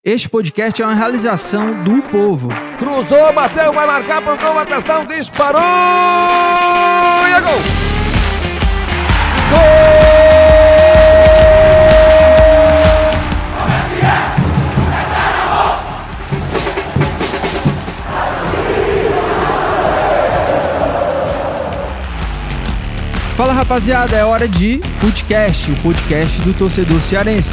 Este podcast é uma realização do povo. Cruzou, bateu, vai marcar por gol, atenção, disparou e é gol! Fala rapaziada, é hora de Futecast, o podcast do torcedor cearense.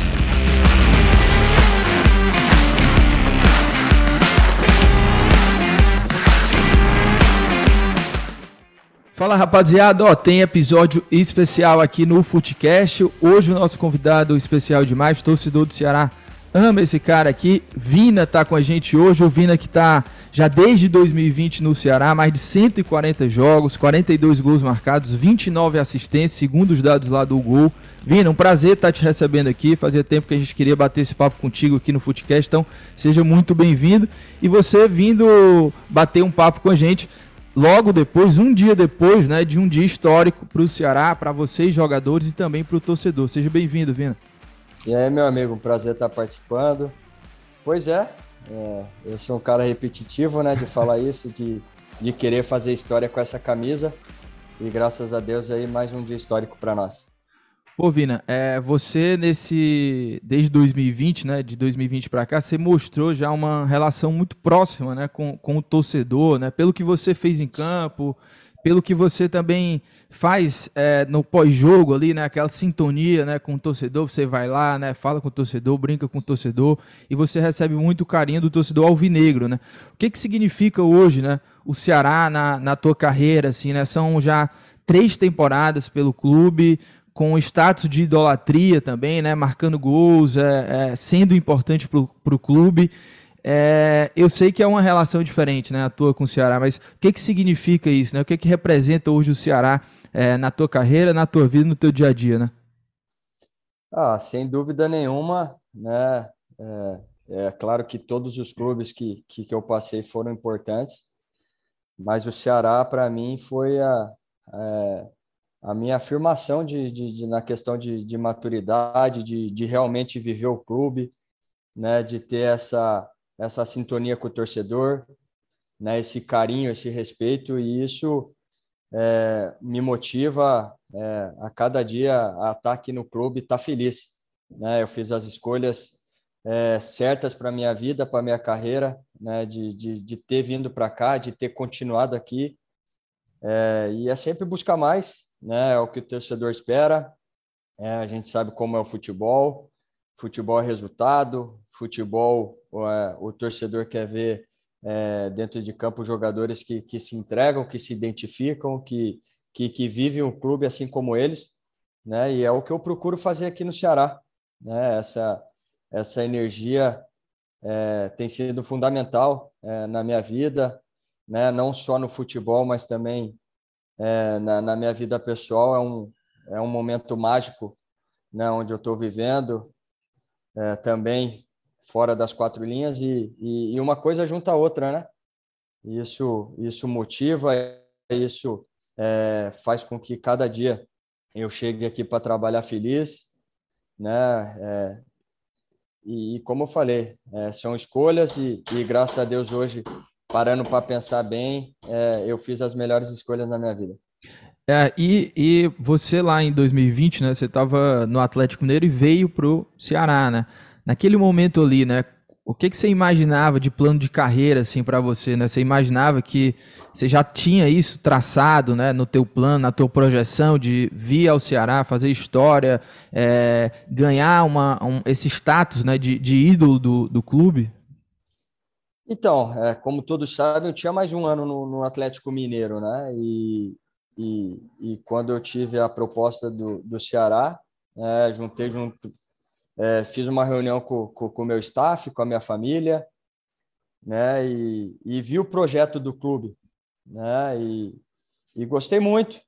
Fala rapaziada, tem episódio especial aqui no Futecast. Hoje o nosso convidado especial demais, torcedor do Ceará, ama esse cara aqui. Vina tá com a gente hoje, o Vina que tá já desde 2020 no Ceará, mais de 140 jogos, 42 gols marcados, 29 assistências, segundo os dados lá do Gol. Vina, um prazer estar te recebendo aqui, fazia tempo que a gente queria bater esse papo contigo aqui no Futecast, então seja muito bem-vindo. E você vindo bater um papo com a gente logo depois, um dia depois, né, de um dia histórico para o Ceará, para vocês jogadores e também para o torcedor. Seja bem-vindo, Vina. E aí, meu amigo, um prazer estar participando. Pois é, eu sou um cara repetitivo, né, de falar isso, de querer fazer história com essa camisa. E graças a Deus aí mais um dia histórico para nós. Pô, Vina, você desde 2020, né, de 2020 para cá, você mostrou já uma relação muito próxima, né, com o torcedor, né, pelo que você fez em campo, pelo que você também faz no pós-jogo ali, né, aquela sintonia, né, com o torcedor, você vai lá, né, fala com o torcedor, brinca com o torcedor e você recebe muito carinho do torcedor alvinegro, né. O que significa hoje, né, o Ceará na tua carreira, assim, né, são já 3 temporadas pelo clube, com status de idolatria também, né, marcando gols, sendo importante para o clube. Eu sei que é uma relação diferente, né, a tua com o Ceará, mas o que significa isso, né? O que representa hoje o Ceará na tua carreira, na tua vida, no teu dia a dia, né? Sem dúvida nenhuma, né? É claro que todos os clubes que eu passei foram importantes, mas o Ceará, para mim, foi a minha afirmação na questão de maturidade, de realmente viver o clube, né, de ter essa sintonia com o torcedor, né, esse carinho, esse respeito, e isso me motiva a cada dia a estar aqui no clube e estar feliz. Né? Eu fiz as escolhas certas para a minha vida, para a minha carreira, né, de ter vindo para cá, de ter continuado aqui, e é sempre buscar mais, né? É o que o torcedor espera. A gente sabe como é o futebol. Futebol é resultado. Futebol, o torcedor quer ver dentro de campo jogadores que se entregam, que se identificam, que vivem o clube assim como eles, né? E é o que eu procuro fazer aqui no Ceará, né? Essa energia tem sido fundamental na minha vida, né? Não só no futebol, mas também na minha vida pessoal. É um momento mágico, né, onde eu estou vivendo, também fora das 4 linhas, e uma coisa junta a outra, né? Isso motiva, isso faz com que cada dia eu chegue aqui para trabalhar feliz, né? E como eu falei, são escolhas e graças a Deus hoje, parando para pensar bem, eu fiz as melhores escolhas na minha vida. E você lá em 2020, né, você estava no Atlético Mineiro e veio pro Ceará, né? Naquele momento ali, né, o que você imaginava de plano de carreira assim para você, né? Você imaginava que você já tinha isso traçado, né, no teu plano, na tua projeção de vir ao Ceará, fazer história, ganhar esse status, né, de ídolo do clube? Então, como todos sabem, eu tinha mais um ano no Atlético Mineiro, né? E quando eu tive a proposta do Ceará, juntei junto, fiz uma reunião com o meu staff, com a minha família, né? E vi o projeto do clube, né? E gostei muito.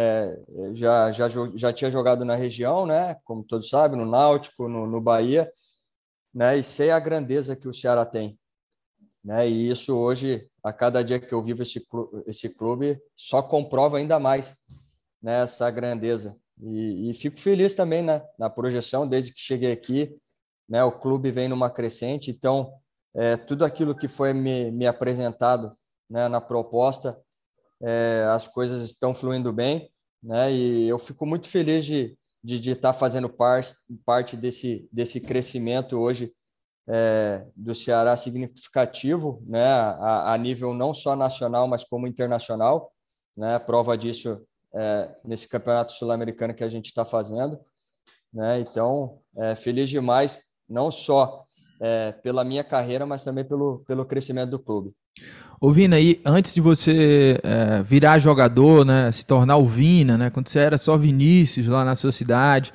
Já tinha jogado na região, né? Como todos sabem, no Náutico, no Bahia, né? E sei a grandeza que o Ceará tem, né? E isso hoje, a cada dia que eu vivo esse clube, só comprova ainda mais, né, essa grandeza. E fico feliz também, né, na projeção, desde que cheguei aqui, né? O clube vem numa crescente, então tudo aquilo que foi me apresentado, né, na proposta, as coisas estão fluindo bem, né? E eu fico muito feliz de estar fazendo parte desse crescimento hoje, do Ceará significativo, né? A nível não só nacional, mas como internacional, né? Prova disso nesse campeonato sul-americano que a gente está fazendo, né? Então, feliz demais, não só pela minha carreira, mas também pelo crescimento do clube. Ô Vina, e antes de você virar jogador, né, se tornar o Vina, né, quando você era só Vinícius lá na sua cidade,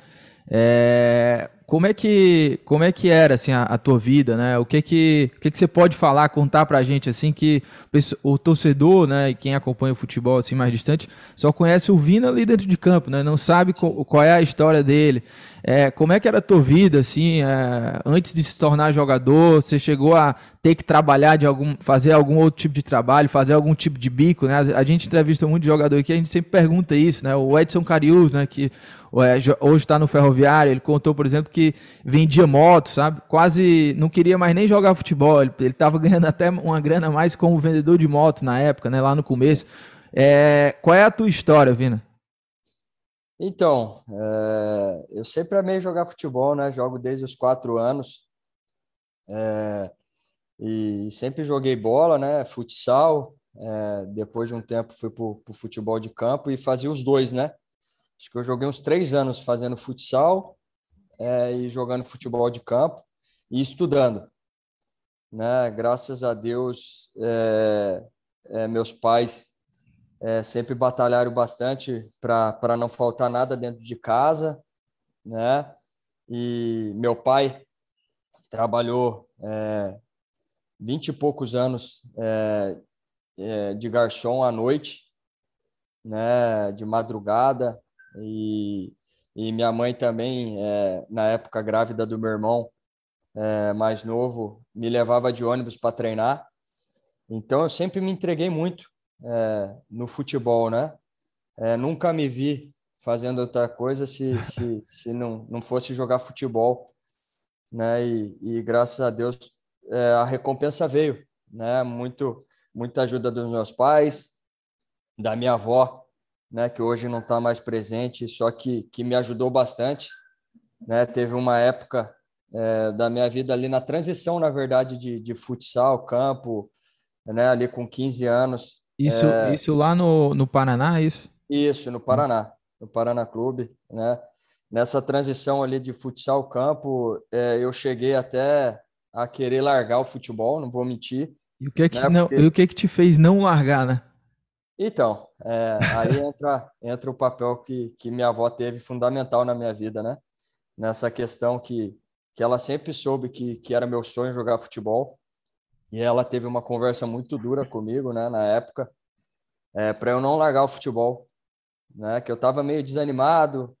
como é que era assim a tua vida, né? O que que você pode falar, contar pra gente assim que o torcedor, né, e quem acompanha o futebol assim mais distante, só conhece o Vina ali dentro de campo, né? Não sabe qual é a história dele. Como é que era a tua vida assim, antes de se tornar jogador? Você chegou a ter que trabalhar fazer algum outro tipo de trabalho, fazer algum tipo de bico, né? A gente entrevista muito jogador aqui, a gente sempre pergunta isso, né? O Edson Carius, né, que hoje está no Ferroviário, ele contou, por exemplo, que vendia moto, sabe? Quase não queria mais nem jogar futebol, ele estava ganhando até uma grana a mais como vendedor de moto na época, né? Lá no começo. Qual é a tua história, Vina? Então, eu sempre amei jogar futebol, né? Jogo desde os 4 anos, e sempre joguei bola, né? Futsal. Depois de um tempo fui para o futebol de campo e fazia os dois, né? Acho que eu joguei uns 3 anos fazendo futsal, e jogando futebol de campo e estudando, né? Graças a Deus, meus pais sempre batalharam bastante para não faltar nada dentro de casa, né? E meu pai trabalhou 20 e poucos anos de garçom à noite, né? De madrugada, e minha mãe também, na época grávida do meu irmão mais novo, me levava de ônibus para treinar. Então eu sempre me entreguei muito no futebol, né? Nunca me vi fazendo outra coisa se não fosse jogar futebol, né? E graças a Deus a recompensa veio, né? Muita ajuda dos meus pais, da minha avó, né? Que hoje não está mais presente, só que me ajudou bastante, né? Teve uma época da minha vida ali na transição, na verdade, de futsal, campo, né? Ali com 15 anos. Isso lá no Paraná, é isso? Isso, no Paraná Clube, né? Nessa transição ali de futsal campo, eu cheguei até a querer largar o futebol, não vou mentir, E o que é que né? não, e Porque, o que é que te fez não largar, né? então, aí entra o papel que minha avó teve fundamental na minha vida, né? Nessa questão que ela sempre soube que era meu sonho jogar futebol, e ela teve uma conversa muito dura comigo, né? Na época, para eu não largar o futebol, né? Que eu estava meio desanimado.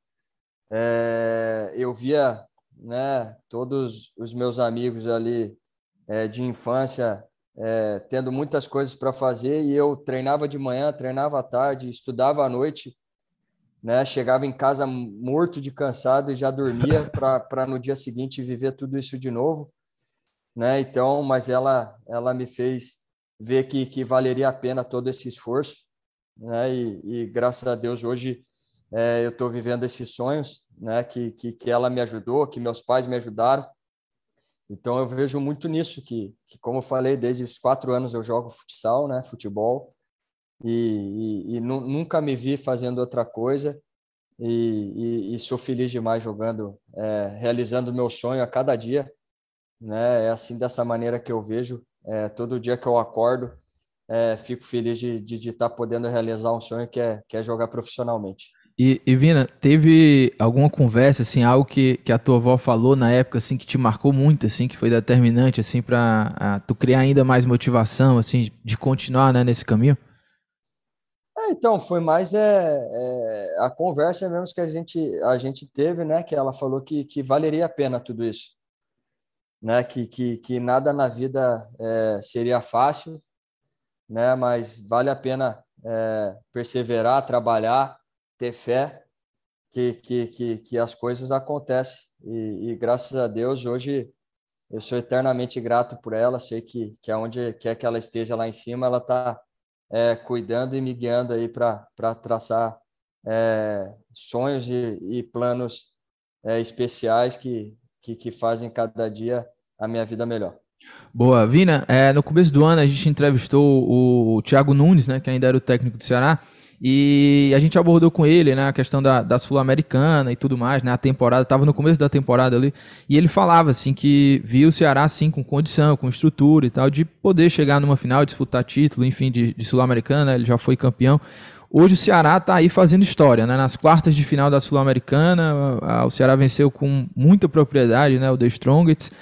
Eu via, né, todos os meus amigos ali de infância tendo muitas coisas para fazer, e eu treinava de manhã, treinava à tarde, estudava à noite, né? Chegava em casa morto de cansado e já dormia para no dia seguinte viver tudo isso de novo, né? Então, mas ela me fez ver que valeria a pena todo esse esforço, né? E graças a Deus hoje eu estou vivendo esses sonhos, né? Que ela me ajudou, que meus pais me ajudaram. Então eu vejo muito nisso que como eu falei, desde os 4 anos eu jogo futsal, né? Futebol, e nunca me vi fazendo outra coisa. E sou feliz demais jogando, realizando o meu sonho a cada dia, né? É assim, dessa maneira que eu vejo. Todo dia que eu acordo, fico feliz de estar podendo realizar um sonho que é jogar profissionalmente. E Vina, teve alguma conversa, assim, algo que a tua avó falou na época, assim, que te marcou muito, assim, que foi determinante, assim, pra tu criar ainda mais motivação, assim, de continuar, né, nesse caminho? Então, foi mais a conversa mesmo que a gente teve, né? Que ela falou que valeria a pena tudo isso, né? Que nada na vida seria fácil, né? Mas vale a pena perseverar, trabalhar, ter fé, que as coisas acontecem, e graças a Deus hoje eu sou eternamente grato por ela, sei que aonde quer que ela esteja lá em cima, ela está cuidando e me guiando aí para traçar sonhos e planos especiais que fazem cada dia a minha vida melhor. Boa, Vina, no começo do ano a gente entrevistou o Thiago Nunes, né, que ainda era o técnico do Ceará, e a gente abordou com ele, né, a questão da Sul-Americana e tudo mais, né, a temporada, estava no começo da temporada ali, e ele falava, assim, que via o Ceará, assim, com condição, com estrutura e tal, de poder chegar numa final, disputar título, enfim, de Sul-Americana, né, ele já foi campeão. Hoje o Ceará está aí fazendo história, né, nas quartas de final da Sul-Americana, o Ceará venceu com muita propriedade, né, o The Strongest.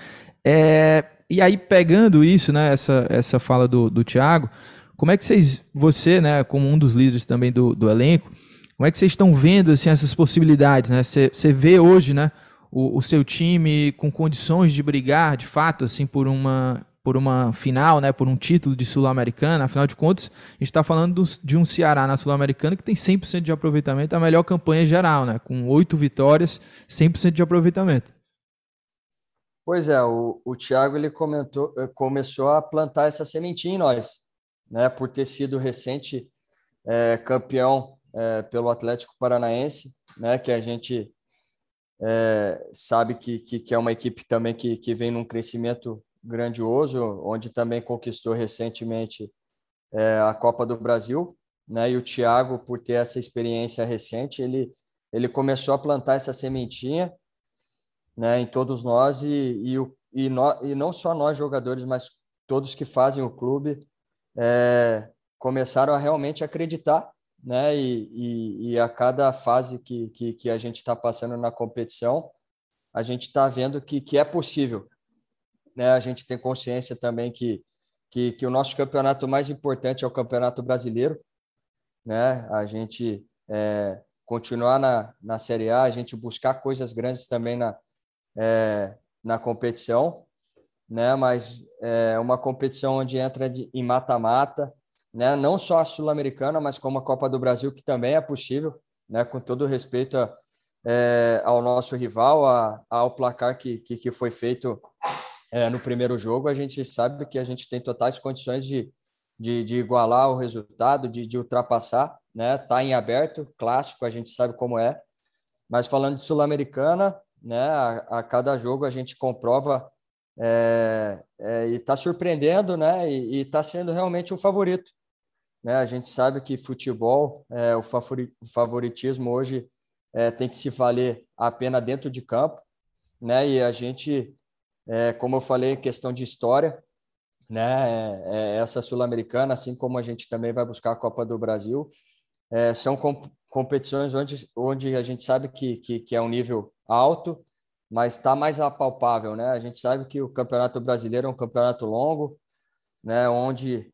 E aí, pegando isso, né, essa fala do Thiago, como é que você, né, como um dos líderes também do elenco, como é que vocês estão vendo assim, essas possibilidades? Né? Você vê hoje, né, o seu time com condições de brigar, de fato, assim, por uma final, né, por um título de Sul-Americana? Afinal de contas, a gente está falando de um Ceará na Sul-Americana que tem 100% de aproveitamento, a melhor campanha geral, né, com 8 vitórias, 100% de aproveitamento. Pois é, o Thiago ele começou a plantar essa sementinha em nós, né? Por ter sido recente campeão pelo Atlético Paranaense, né? Que a gente sabe que é uma equipe também que vem num crescimento grandioso, onde também conquistou recentemente a Copa do Brasil, né? E o Thiago, por ter essa experiência recente, ele começou a plantar essa sementinha, né, em todos nós e não só nós jogadores, mas todos que fazem o clube começaram a realmente acreditar, né, e a cada fase que a gente está passando na competição, a gente está vendo que é possível, né, a gente tem consciência também que o nosso campeonato mais importante é o Campeonato Brasileiro, né, a gente continuar na Série A, a gente buscar coisas grandes também na competição, né? Mas é uma competição onde entra em mata-mata, né? Não só a Sul-Americana, mas como a Copa do Brasil, que também é possível, né? Com todo respeito ao nosso rival, ao placar que foi feito no primeiro jogo, a gente sabe que a gente tem totais condições de igualar o resultado, de ultrapassar, né? Tá em aberto, clássico, a gente sabe como é. Mas falando de Sul-Americana, né, a cada jogo a gente comprova e está surpreendendo, né, e está sendo realmente um favorito, né? A gente sabe que futebol, o favoritismo hoje tem que se valer a pena dentro de campo, né? E a gente, como eu falei, questão de história, né? Essa Sul-Americana, assim como a gente também vai buscar a Copa do Brasil, são competições onde a gente sabe que é um nível alto, mas está mais apalpável, né? A gente sabe que o Campeonato Brasileiro é um campeonato longo, né? Onde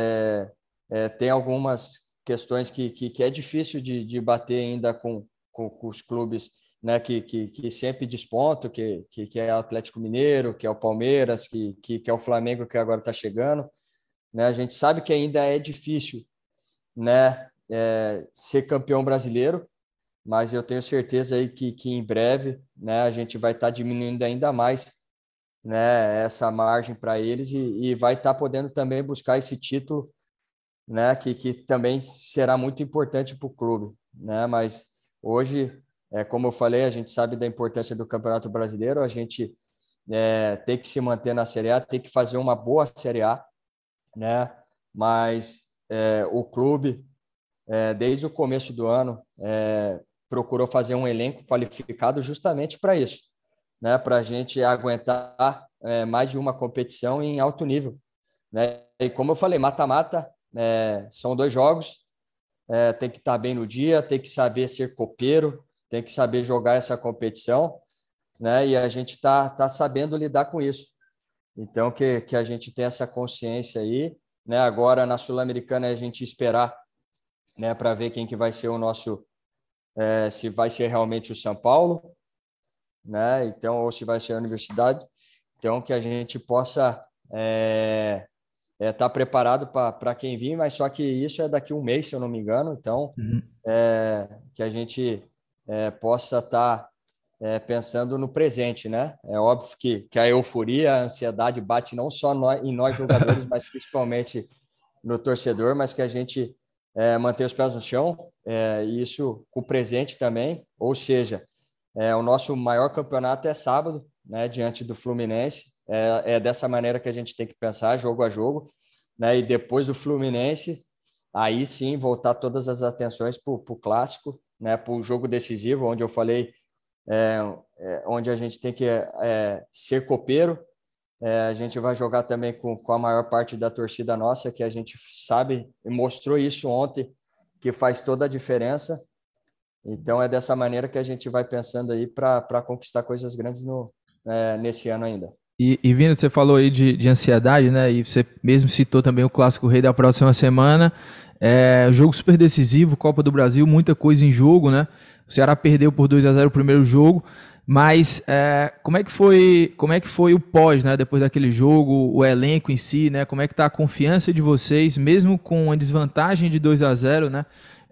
tem algumas questões que é difícil de bater ainda com os clubes, né? Que sempre despontam, que é o Atlético Mineiro, que é o Palmeiras, que é o Flamengo, que agora está chegando, né? A gente sabe que ainda é difícil, né? Ser campeão brasileiro, mas eu tenho certeza aí que em breve, né, a gente vai estar diminuindo ainda mais, né, essa margem para eles e vai estar podendo também buscar esse título, né, que também será muito importante para o clube, né? Mas hoje, como eu falei, a gente sabe da importância do Campeonato Brasileiro, a gente tem que se manter na Série A, tem que fazer uma boa Série A, né? Mas o clube desde o começo do ano, procurou fazer um elenco qualificado justamente para isso, né? Para a gente aguentar mais de uma competição em alto nível, né? E como eu falei, mata-mata, são 2 jogos, tem que estar bem no dia, tem que saber ser copeiro, tem que saber jogar essa competição, né? E a gente tá sabendo lidar com isso. Então, que a gente tem essa consciência aí, né? Agora, na Sul-Americana, a gente esperar, né, para ver quem que vai ser o nosso, se vai ser realmente o São Paulo, né, então, ou se vai ser a Universidade, então que a gente possa estar preparado para quem vir, mas só que isso é daqui um mês, se eu não me engano, então que a gente possa estar pensando no presente, né? É óbvio que a euforia, a ansiedade bate não só em nós jogadores, mas principalmente no torcedor, mas que a gente manter os pés no chão, e isso com o presente também, ou seja, o nosso maior campeonato é sábado, né, diante do Fluminense, é dessa maneira que a gente tem que pensar, jogo a jogo, né, e depois do Fluminense, aí sim voltar todas as atenções para o clássico, né, para o jogo decisivo, onde eu falei, onde a gente tem que ser copeiro. A gente vai jogar também com a maior parte da torcida nossa, que a gente sabe e mostrou isso ontem, que faz toda a diferença. Então, é dessa maneira que a gente vai pensando aí para conquistar coisas grandes nesse ano ainda. E Vini, você falou aí de ansiedade, né? E você mesmo citou também o Clássico Rei da próxima semana. Jogo super decisivo, Copa do Brasil, muita coisa em jogo, né? O Ceará perdeu por 2-0 o primeiro jogo, mas como é que foi o pós, né? Depois daquele jogo, o elenco em si, né? Como é que tá a confiança de vocês, mesmo com a desvantagem de 2-0, né?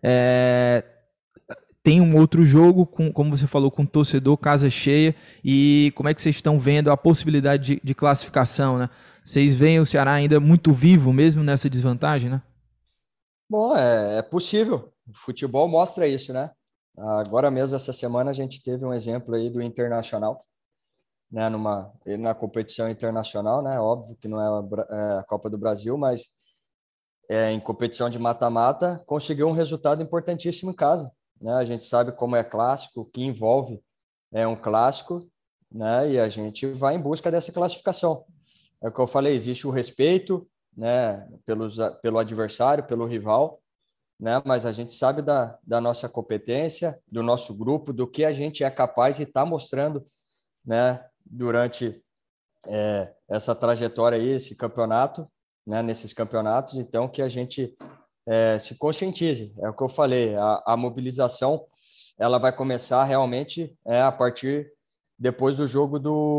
Tem um outro jogo, como você falou, com torcedor, casa cheia, e como é que vocês estão vendo a possibilidade de classificação, né? Vocês veem o Ceará ainda muito vivo, mesmo nessa desvantagem, né? Bom, é possível. O futebol mostra isso, né? Agora mesmo, essa semana, a gente teve um exemplo aí do Internacional, né? Na competição internacional, né? Óbvio que não é a Copa do Brasil, mas em competição de mata-mata, conseguiu um resultado importantíssimo em casa, né? A gente sabe como é clássico, o que envolve um clássico, né? E a gente vai em busca dessa classificação. É o que eu falei, existe o respeito, né? Pelo adversário, pelo rival, né? Mas a gente sabe da nossa competência, do nosso grupo, do que a gente é capaz e está mostrando, né? Durante essa trajetória aí, esse campeonato, né? Nesses campeonatos, então que a gente se conscientize. É o que eu falei, a mobilização ela vai começar realmente a partir depois do jogo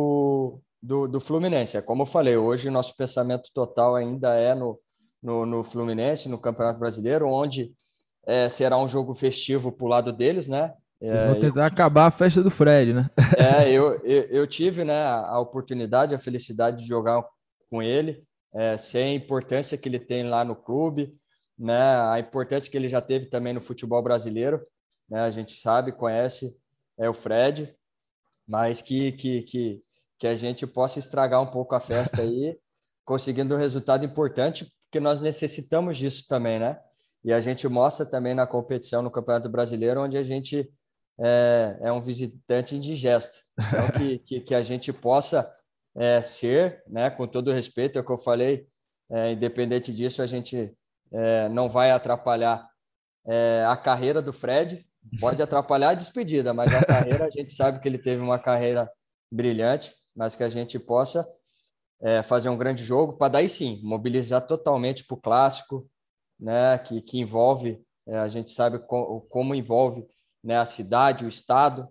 do Fluminense. É como eu falei, hoje nosso pensamento total ainda é no Fluminense, no Campeonato Brasileiro, onde será um jogo festivo para o lado deles, né? Vocês vão tentar acabar a festa do Fred, né? Eu tive, né, a oportunidade, a felicidade de jogar com ele, sem a importância que ele tem lá no clube, né, a importância que ele já teve também no futebol brasileiro, né, a gente sabe, conhece o Fred, mas que a gente possa estragar um pouco a festa aí, conseguindo um resultado importante, porque nós necessitamos disso também, né? E a gente mostra também na competição no Campeonato Brasileiro, onde a gente um visitante indigesto. Então, que a gente possa ser, né, com todo o respeito, é o que eu falei, independente disso, a gente não vai atrapalhar a carreira do Fred, pode atrapalhar a despedida, mas a carreira, a gente sabe que ele teve uma carreira brilhante, mas que a gente possa fazer um grande jogo, para daí sim, mobilizar totalmente para o clássico, né, que envolve, a gente sabe como envolve, né, a cidade, o estado,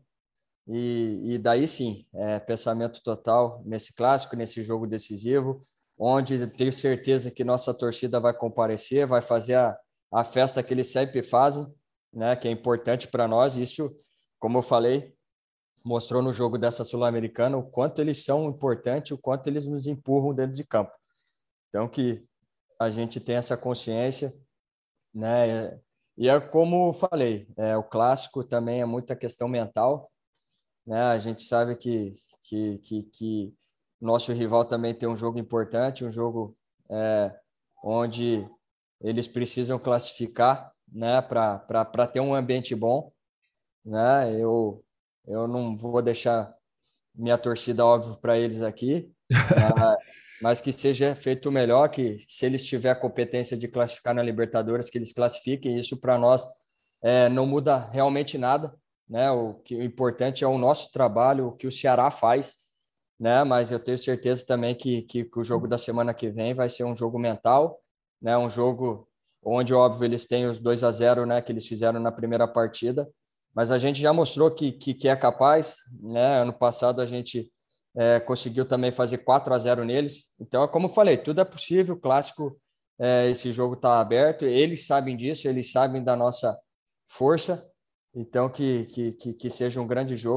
e daí sim, pensamento total nesse clássico, nesse jogo decisivo, onde tenho certeza que nossa torcida vai comparecer, vai fazer a festa que eles sempre fazem, né, que é importante para nós. Isso, como eu falei, mostrou no jogo dessa Sul-Americana o quanto eles são importantes, o quanto eles nos empurram dentro de campo. Então, que a gente tem essa consciência, né? E como eu falei, o clássico também é muita questão mental, né? A gente sabe que nosso rival também tem um jogo importante, um jogo onde eles precisam classificar, né? Para ter um ambiente bom, né? Eu não vou deixar minha torcida, óbvio, para eles aqui, mas que seja feito o melhor, que se eles tiverem a competência de classificar na Libertadores, que eles classifiquem. Isso para nós não muda realmente nada, né? O importante é o nosso trabalho, o que o Ceará faz, né? Mas eu tenho certeza também que o jogo da semana que vem vai ser um jogo mental, né? Um jogo onde, óbvio, eles têm os 2-0, né, que eles fizeram na primeira partida, mas a gente já mostrou que é capaz, né? Ano passado a gente conseguiu também fazer 4-0 neles. Então, como eu falei, tudo é possível. O clássico, esse jogo está aberto. Eles sabem disso, eles sabem da nossa força. Então, que seja um grande jogo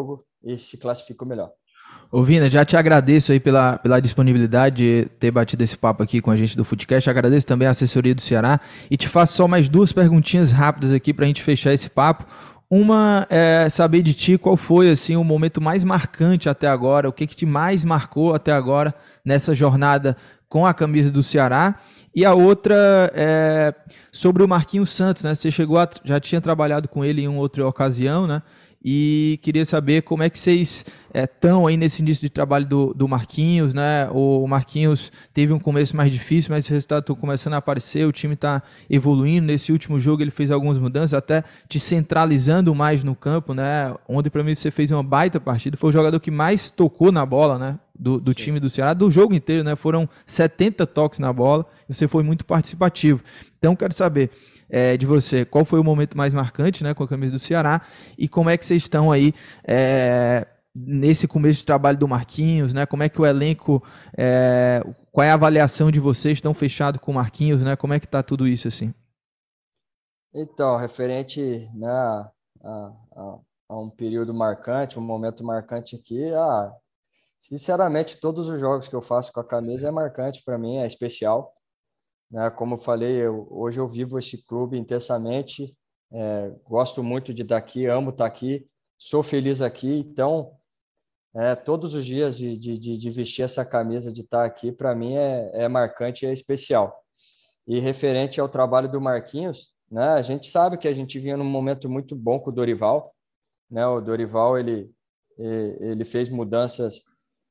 e se classificam melhor. Ô Vina, já te agradeço aí pela disponibilidade de ter batido esse papo aqui com a gente do Footcast. Agradeço também a assessoria do Ceará e te faço só mais 2 perguntinhas rápidas aqui para a gente fechar esse papo. Uma é saber de ti qual foi assim, o momento mais marcante até agora, o que te mais marcou até agora nessa jornada com a camisa do Ceará. E a outra é sobre o Marquinhos Santos, né? Você já tinha trabalhado com ele em uma outra ocasião, né? E queria saber como é que vocês estão aí nesse início de trabalho do Marquinhos, né? O Marquinhos teve um começo mais difícil, mas os resultados estão começando a aparecer, o time está evoluindo. Nesse último jogo ele fez algumas mudanças, até te centralizando mais no campo, né? Ontem para mim você fez uma baita partida, foi o jogador que mais tocou na bola, né? Do time do Ceará, do jogo inteiro, né? Foram 70 toques na bola e você foi muito participativo. Então quero saber de você, qual foi o momento mais marcante, né, com a camisa do Ceará e como é que vocês estão aí nesse começo de trabalho do Marquinhos, né? Como é que o elenco, qual é a avaliação de vocês? Estão fechados com o Marquinhos, né? Como é que está tudo isso assim? Então, referente, né, a um período marcante, um momento marcante aqui, sinceramente, todos os jogos que eu faço com a camisa é marcante para mim, é especial. Né? Como eu falei, hoje eu vivo esse clube intensamente, gosto muito de estar aqui, amo estar aqui, sou feliz aqui, então todos os dias de vestir essa camisa, de estar aqui, para mim é marcante e é especial. E referente ao trabalho do Marquinhos, né, a gente sabe que a gente vinha num momento muito bom com o Dorival, né? O Dorival ele fez mudanças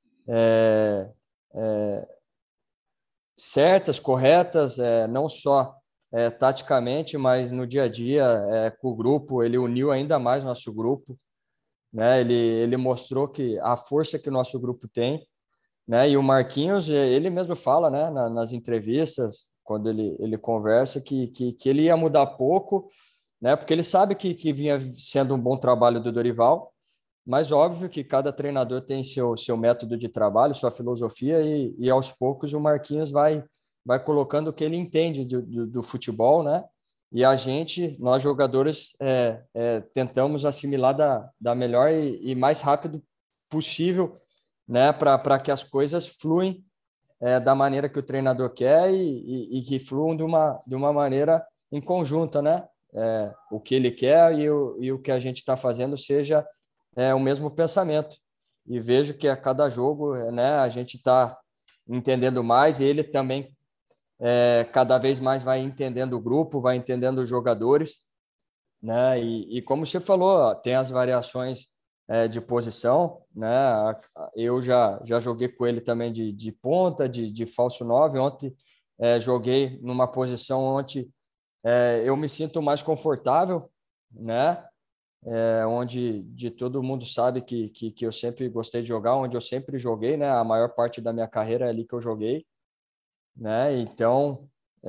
certas, corretas, não só taticamente, mas no dia a dia com o grupo. Ele uniu ainda mais o nosso grupo, né? Ele mostrou que a força que o nosso grupo tem, né? E o Marquinhos, ele mesmo fala, né, nas entrevistas, quando ele conversa, que ele ia mudar pouco, né? Porque ele sabe que vinha sendo um bom trabalho do Dorival, mas óbvio que cada treinador tem seu método de trabalho, sua filosofia, e aos poucos o Marquinhos vai colocando o que ele entende do futebol, né? E nós jogadores, tentamos assimilar da melhor e mais rápido possível, né? Para que as coisas fluem da maneira que o treinador quer e que fluam de uma maneira em conjunta, né? O que ele quer e o que a gente está fazendo seja o mesmo pensamento. E vejo que a cada jogo, né, a gente está entendendo mais, e ele também cada vez mais vai entendendo o grupo, vai entendendo os jogadores, né? E como você falou, tem as variações de posição, né? Eu já joguei com ele também de ponta, de falso 9. Ontem joguei numa posição onde eu me sinto mais confortável, né? Onde todo mundo sabe que eu sempre gostei de jogar, onde eu sempre joguei, né? A maior parte da minha carreira é ali que eu joguei, né? Então,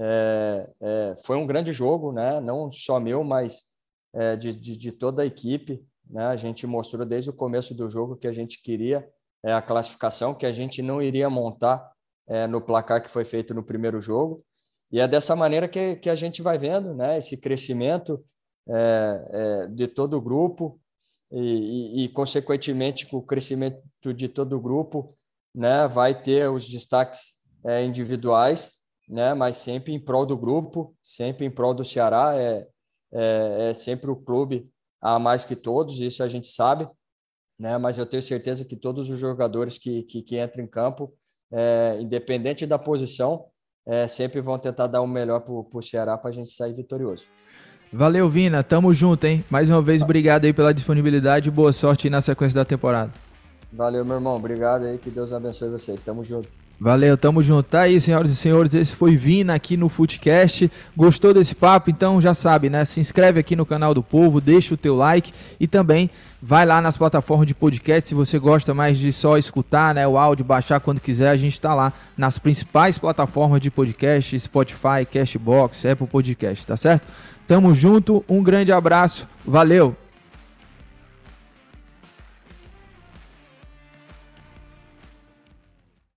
foi um grande jogo, né? Não só meu, mas de toda a equipe, né? A gente mostrou desde o começo do jogo que a gente queria a classificação, que a gente não iria montar no placar que foi feito no primeiro jogo, e é dessa maneira que a gente vai vendo, né? Esse crescimento de todo o grupo e, consequentemente, com o crescimento de todo o grupo, né, vai ter os destaques individuais, né, mas sempre em prol do grupo, sempre em prol do Ceará. Sempre o clube a mais que todos, isso a gente sabe, né, mas eu tenho certeza que todos os jogadores que entram em campo, independente da posição, sempre vão tentar dar o melhor para o Ceará, para a gente sair vitorioso. Valeu, Vina. Tamo junto, hein? Mais uma vez, obrigado aí pela disponibilidade e boa sorte aí na sequência da temporada. Valeu, meu irmão. Obrigado aí. Que Deus abençoe vocês. Tamo junto. Valeu, tamo junto. Tá aí, senhoras e senhores. Esse foi Vina aqui no Footcast. Gostou desse papo? Então já sabe, né? Se inscreve aqui no canal do Povo, deixa o teu like e também vai lá nas plataformas de podcast. Se você gosta mais de só escutar, né, o áudio, baixar quando quiser, a gente tá lá nas principais plataformas de podcast: Spotify, Cashbox, Apple Podcast, tá certo? Tamo junto, um grande abraço, valeu!